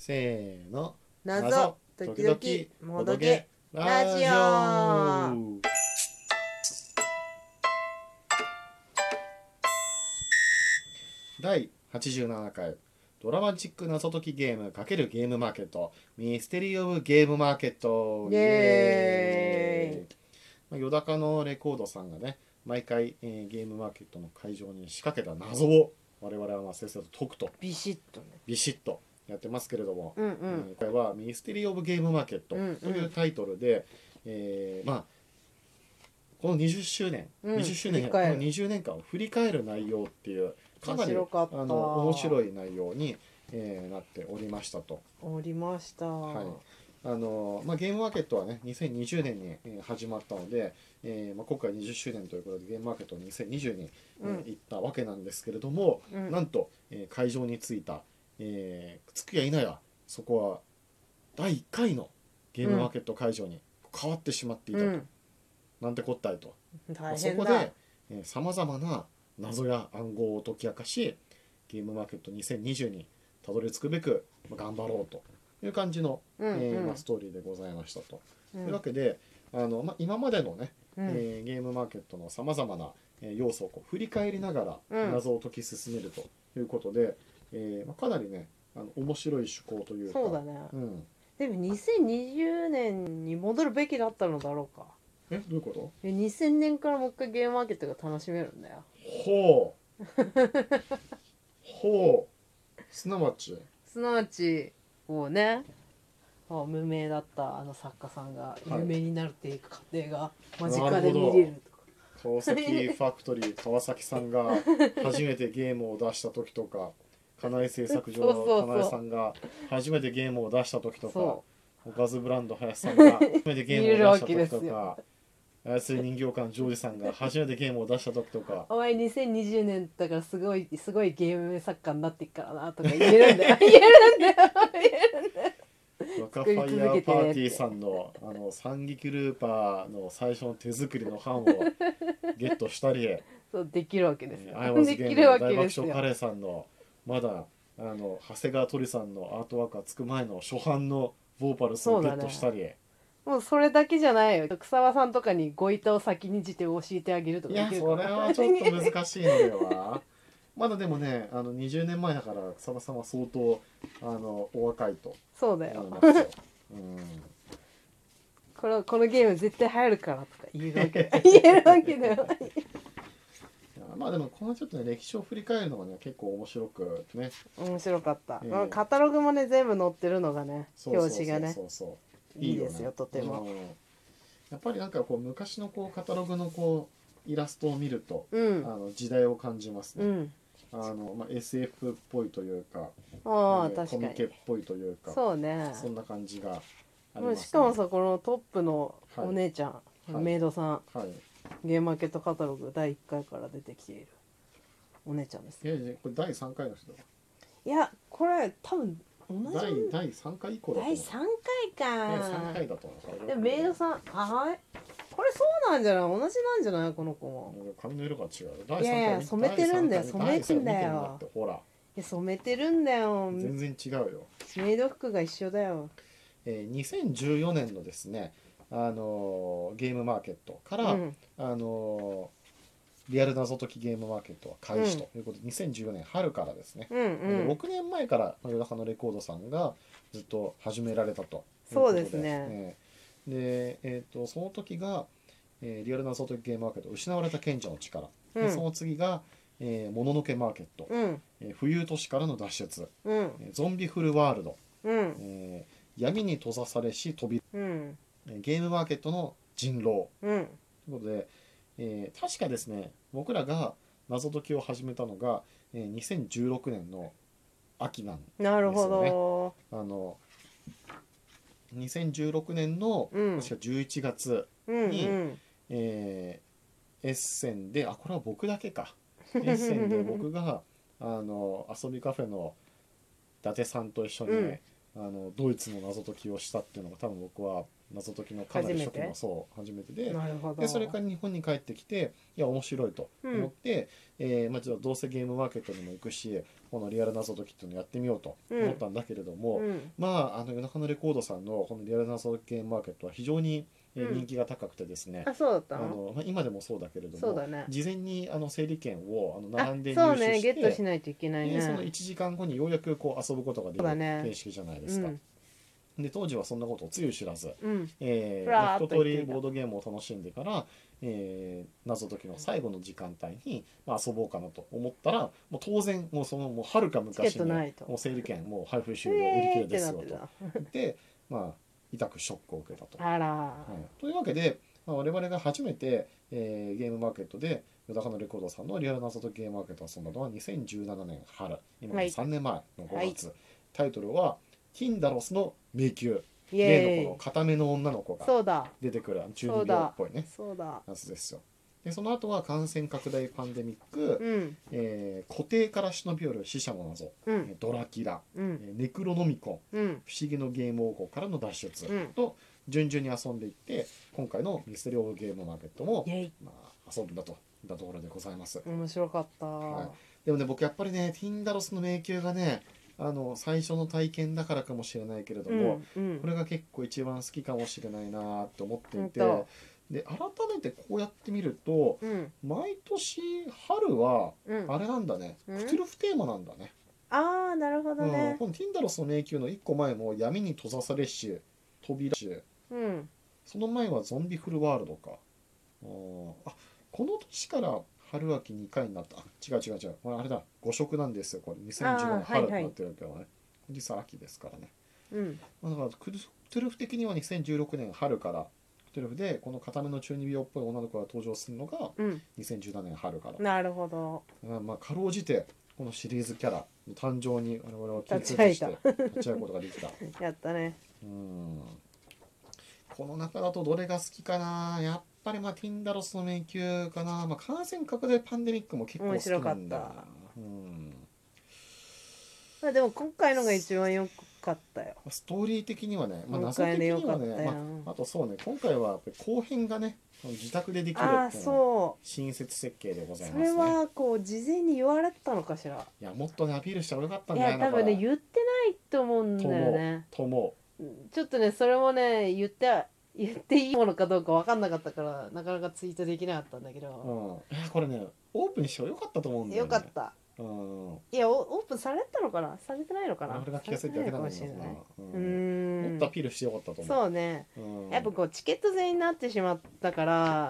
せーの。 謎時々もどけラジオ。 第87回ドラマチック謎解きゲーム×ゲームマーケットミステリーオブゲームマーケットイエーイ。 よだかのレコードさんがね毎回、ゲームマーケットの会場に仕掛けた謎を我々は先生と解くとビシッとね。 ビシッとやってますけれども、 うん今回はミステリーオブゲームマーケットというタイトルで、この20周年、20周年この20年間を振り返る内容っていうかなり面白い内容に、なっておりましたと。 おりました。 はい。ゲームマーケットはね2020年に始まったので、今回20周年ということでゲームマーケット2020に、行ったわけなんですけれども、なんと、会場に着いた、着くや否やそこは第1回のゲームマーケット会場に変わってしまっていたと、なんてこったいと。そこでさまざまな謎や暗号を解き明かしゲームマーケット2020にたどり着くべく頑張ろうという感じの、ストーリーでございましたと。というわけで今までのね、ゲームマーケットのさまざまな要素をこう振り返りながら謎を解き進めるということで、かなりね面白い趣向というか。 そうだね、でも2020年に戻るべきだったのだろうか。 どういうこと？ 2000年からもう一回ゲームマーケットが楽しめるんだよ。 ほうほうすなわちこうね、無名だったあの作家さんが有名になるっていう過程が間近で見れるとか、 川崎ファクトリー川崎さんが初めてゲームを出した時とか金井製作所の金井さんが初めてゲームを出した時とかおかずブランド林さんが初めてゲームを出した時とか操り人形館ジョージさんが初めてゲームを出した時とかお前2020年だからすごいゲーム作家になっていくからなとか言えるんだよ言えるんだよ若ファイヤーパーティーさんの三撃ルーパーの最初の手作りの版をゲットしたりそうできるわけですよ。 アイワズゲームの大爆笑カレーさんのまだ長谷川鳥さんのアートワークがつく前の初版のボーパルスをゲットしたり、 もうそれだけじゃないよ。草場さんとかにご板を先にじて教えてあげるとかできるから。 いやそれはちょっと難しいのではまだでもね20年前だから草場さんは相当お若いとそうだよ、このゲーム絶対流行るからとか言えるわけだよでもこのちょっとね歴史を振り返るのがね結構面白くね面白かった、カタログもね全部載ってるのがね表紙がねいいですよとても、 やっぱりなんかこう昔のこうカタログのこうイラストを見ると、時代を感じますね、SF っぽいというか、コミケっぽいというか、 そうね、 そんな感じがありますね。 しかもさこのトップのお姉ちゃん、メイドさん、ゲームマーケットカタログ第1回から出てきているお姉ちゃんです。 これ第3回の人だ。 いやこれ多分同じ第3回以降だと第3回か。 第3回だと思う。 でもメイドさんこれそうなんじゃない、同じなんじゃないこの子も。 髪の色が違う。 いやいや染めてるんだよ、染めてんだよ。 ほら。 染めてるんだよ。 全然違うよ。 メイド服が一緒だよ。 2014年のですねゲームマーケットから、リアル謎解きゲームマーケットは開始ということで、2014年春からですね、6年前からよだかのレコードさんがずっと始められたということで、 そうですね、 で、その時が、リアル謎解きゲームマーケット失われた賢者の力、でその次がもののけマーケット、浮遊都市からの脱出、ゾンビフルワールド、闇に閉ざされし扉、ゲームマーケットの人狼、ということで、確かですね僕らが謎解きを始めたのが、2016年の秋なんですよね。 なるほど。 2016年の、確か11月に、エッセンでこれは僕だけかエッセンで僕が遊びカフェの伊達さんと一緒に、ドイツの謎解きをしたっていうのが多分僕は謎解きのかなり初期の初めてで、 なるほど。 でそれから日本に帰ってきていや面白いと思って、まあ、ちょっとどうせゲームマーケットにも行くしこのリアル謎解きっていうのをやってみようと思ったんだけれども、まあ夜中のレコードさんのこのリアル謎解きゲームマーケットは非常に人気が高くてですね、 あ、そうだったの？ まあ、今でもそうだけれども、 そうだね。 事前に整理券を並んでそうね、 入手して、 ゲットしないといけないね。 その1時間後にようやくこう遊ぶことができる形式じゃないですか。で当時はそんなことをつゆ知らず、一通りボードゲームを楽しんでから、謎解きの最後の時間帯に、まあ、遊ぼうかなと思ったらもう当然もうはるか昔にもう整理券もう配布終了、売り切れですよとで、まあ痛くショックを受けたと。というわけで、まあ、我々が初めて、ゲームマーケットで夜中のレコードさんのリアル謎解きゲームマーケットを遊んだのは2017年春、今から3年前の5月、タイトルはティンダロスの迷宮、例のこの固めの女の子が出てくる中二病っぽいねやつですよ。でその後は感染拡大パンデミック、固定から忍び寄る死者の謎、ドラキュラ、ネクロノミコン、不思議のゲーム王国からの脱出、と順々に遊んでいって今回のミステリーオブゲームマーケットも、まあ、遊んだといったところでございます。 面白かった、 でもね僕やっぱりねティンダロスの迷宮がね最初の体験だからかもしれないけれども、これが結構一番好きかもしれないなって思っていて、で改めてこうやってみると、毎年春はあれなんだね、クトゥルフテーマなんだね。 ああなるほどね。 このティンダロスの迷宮の1個前も闇に閉ざされし扉し、その前はゾンビフルワールドか。あこの年から春秋2回になった。違うこれあれだ5色なんですよ。これ2015年春になってるけどね、実は秋ですからね。だからクトゥルフ的には2016年春からクトゥルフでこの固めの中二病っぽい女の子が登場するのが2017年春から。 なるほど。 まあかろうじてこのシリーズキャラの誕生に我々は気づして立ち会うことができた。 やったね。 この中だとどれが好きかな。やっぱりまあティンダロスの迷宮かな。まあ、感染拡大パンデミックも結構好きなんだ。 まあでも今回のが一番良かったよ。 ストーリー的にはね、まあ、謎的にはね、まあ、あとそうね今回はやっぱり後編がね自宅でできるっていうの親切設計でございますね。 それはこう事前に言われてたのかしら。 いやもっとねアピールした方がよかったんじゃないのかな。いや多分ね言ってないと思うんだよね。 と思う。 ちょっとねそれもね言っていいものかどうか分かんなかったからなかなかツイートできなかったんだけど、 これねオープンにしてもよかったと思うんだよね。 よかった。いやオープンされたのかなされてないのかな。 俺が気が付いてだけなのかもしれない。もっとアピールしてよかったと思う。 そうね。やっぱこうチケット制になってしまったから、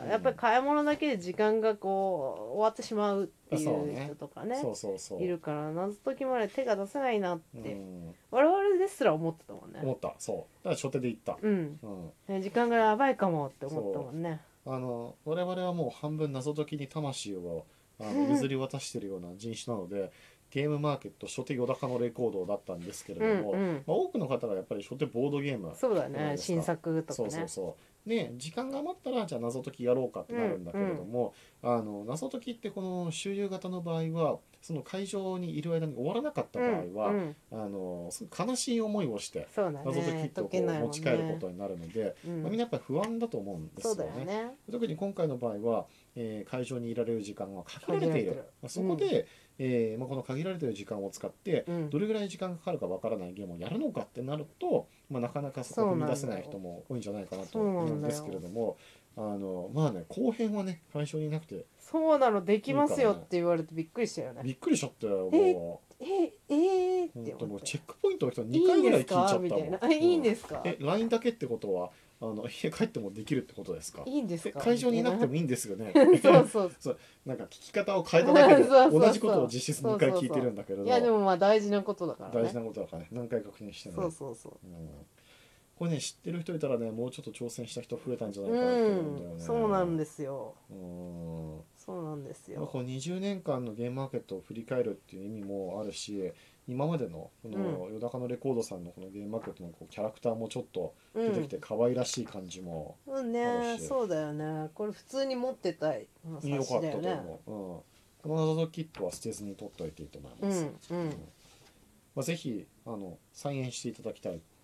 やっぱり買い物だけで時間がこう終わってしまうっていう人とかねいるから謎解きまで手が出せないなって我々ですら思ってたもんね。 思った。そうだから初手で言った。 時間がやばいかもって思ったもんね。 我々はもう半分謎解きに魂を譲り渡しているような人種なのでゲームマーケット初手夜高のレコードだったんですけれども、多くの方がやっぱり初手ボードゲームそうだね新作とかね。 で時間が余ったらじゃあ謎解きやろうかってなるんだけれども、謎解きってこの周遊型の場合はその会場にいる間に終わらなかった場合は、すごい悲しい思いをして謎解きってを持ち帰ることになるので、みんなやっぱり不安だと思うんですよね。特に今回の場合は、会場にいられる時間が限られている。そこで、この限られている時間を使ってどれぐらい時間がかかるかわからないゲームをやるのかってなると、なかなかそこを踏み出せない人も多いんじゃないかなと思うんですけれども、まあね後編はね会場にいなくてそうなのできますよって言われてびっくりしたよね。 びっくりしちゃったよ。もうってもうチェックポイントの人2回ぐらい聞いちゃったもん。 いいんですか LINE だけってことは家帰ってもできるってことですか。 いいんですか。 会場にいなくてもいいんですよね。 そうなんか聞き方を変えただけで同じことを実質2回聞いてるんだけど、 いやでもまあ大事なことだからね。 大事なことだからね何回確認しても。これね知ってる人いたらねもうちょっと挑戦した人増えたんじゃないかなと思うんだよね。 そうなんですよ。そうなんですよ。 この20年間のゲームマーケットを振り返るっていう意味もあるし、今までのこの夜高のレコードさんのこのゲームマーケットのこうキャラクターもちょっと出てきて可愛らしい感じもあるし、 そうだよね。これ普通に持ってたいよかったと思う。この謎解きキットは捨てずに取っておいていいと思います。ぜひ再演していただきたい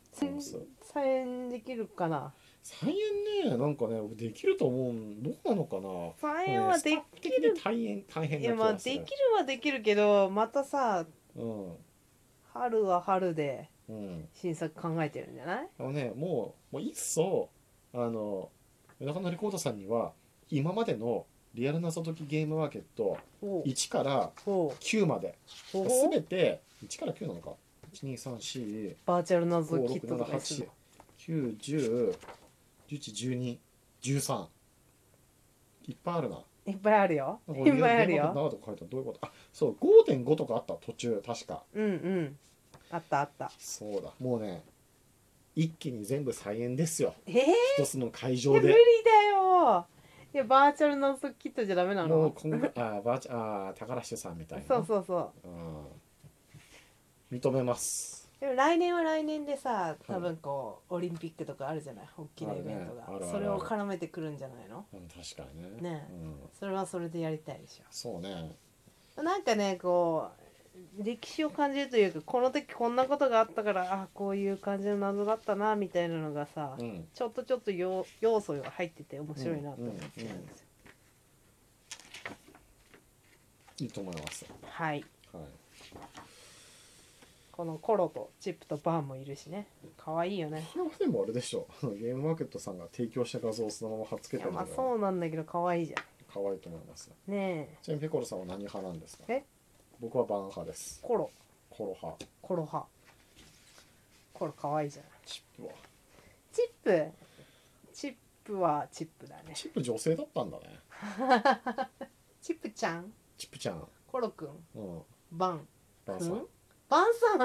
再演できるかな。 再演ね、なんかねできると思う。どうなのかな。 再演はできる。 大変な気がする。 いやまあできるはできるけど、またさ、春は春で新作考えてるんじゃない？ もういっそメダカのレコードさんには今までのリアル謎解きゲームマーケット1から9まで全て1から9なのか、1234 バーチャル謎キットとかするの 9、10、11、12、13いっぱいあるな。 いっぱいあるよ。いっぱいあるよ。 7とか書いたらどういうこと？あ、そう 5.5 とかあった途中確か。 あったあった。 そうだ、もうね一気に全部再演ですよ。 一つの会場で。 無理だよ。いやバーチャル謎解きキットじゃダメなの？ もう今後高梨さんみたいな。 そう、 認めます。 でも来年は来年でさ、多分こうオリンピックとかあるじゃない、大きなイベントが、それを絡めてくるんじゃないの？ 確かにね。 それはそれでやりたいでしょ。 そうね。 なんかねこう歴史を感じるというか、この時こんなことがあったから、こういう感じの謎だったなみたいなのがさ、ちょっと要素が入ってて面白いなと思ってるんですよ。 いいと思います。 はい。このコロとチップとバーンもいるしね、可愛いよね。 これはでもあれでしょ、ゲームマーケットさんが提供した画像をそのまま貼っつけてるのが。 そうなんだけど可愛いじゃん。 可愛いと思いますねえ。 ちなみにペコロさんは何派なんですか？僕はバーン派です。コロ派。 コロ可愛いじゃん。 チップはチップはチップだね。 チップ女性だったんだね。 チップちゃんコロくんバンさんバンさん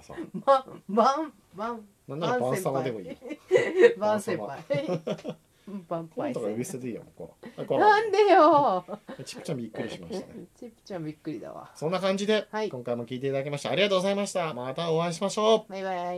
なんならバン様でもいいよ。 バン先輩バンパイとか呼び捨てでいいよ。 なんでよ。 チップちゃんびっくりしましたね。 チップちゃんびっくりだわ。 そんな感じで今回も聞いていただきましてありがとうございました。またお会いしましょう。 バイバイ。